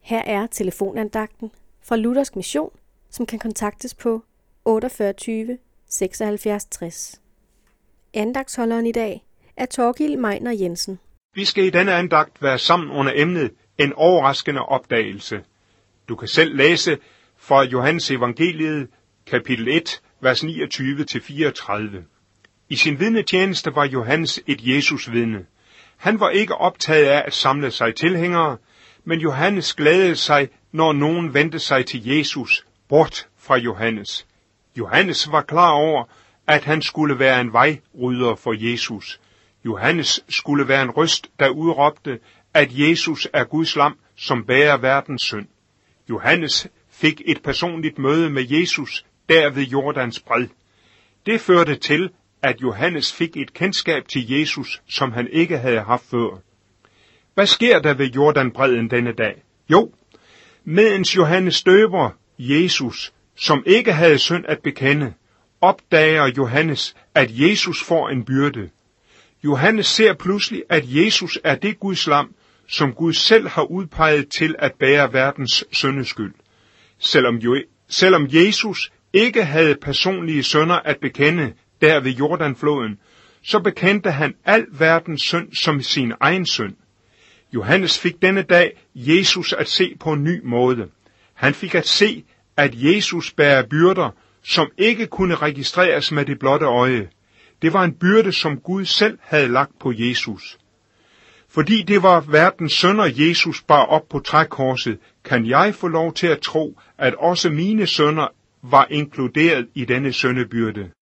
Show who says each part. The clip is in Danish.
Speaker 1: Her er telefonandagten fra Luthersk Mission, som kan kontaktes på 48 76 60. Andagtsholderen i dag er Thorkild Meiner Jensen.
Speaker 2: Vi skal i denne andagt være sammen under emnet en overraskende opdagelse. Du kan selv læse fra Johannes evangeliet, kapitel 1, vers 29-34. I sin vidnetjeneste var Johannes et Jesus-vidne. Han var ikke optaget af at samle sig tilhængere, men Johannes glædede sig, når nogen vendte sig til Jesus, bort fra Johannes. Johannes var klar over, at han skulle være en vejrydder for Jesus. Johannes skulle være en røst, der udråbte, at Jesus er Guds lam, som bærer verdens synd. Johannes fik et personligt møde med Jesus der ved Jordans bred. Det førte til, at Johannes fik et kendskab til Jesus, som han ikke havde haft før. Hvad sker der ved Jordanbredden denne dag? Jo, medens Johannes døber Jesus, som ikke havde synd at bekende, opdager Johannes, at Jesus får en byrde. Johannes ser pludselig, at Jesus er det Guds lam, som Gud selv har udpeget til at bære verdens syndeskyld. Selvom Jesus ikke havde personlige synder at bekende der ved Jordanfloden, så bekendte han al verdens synd som sin egen synd. Johannes fik denne dag Jesus at se på en ny måde. Han fik at se, at Jesus bærer byrder, som ikke kunne registreres med det blotte øje. Det var en byrde, som Gud selv havde lagt på Jesus. Fordi det var verdens synder, Jesus bar op på trækorset, kan jeg få lov til at tro, at også mine synder var inkluderet i denne syndebyrde.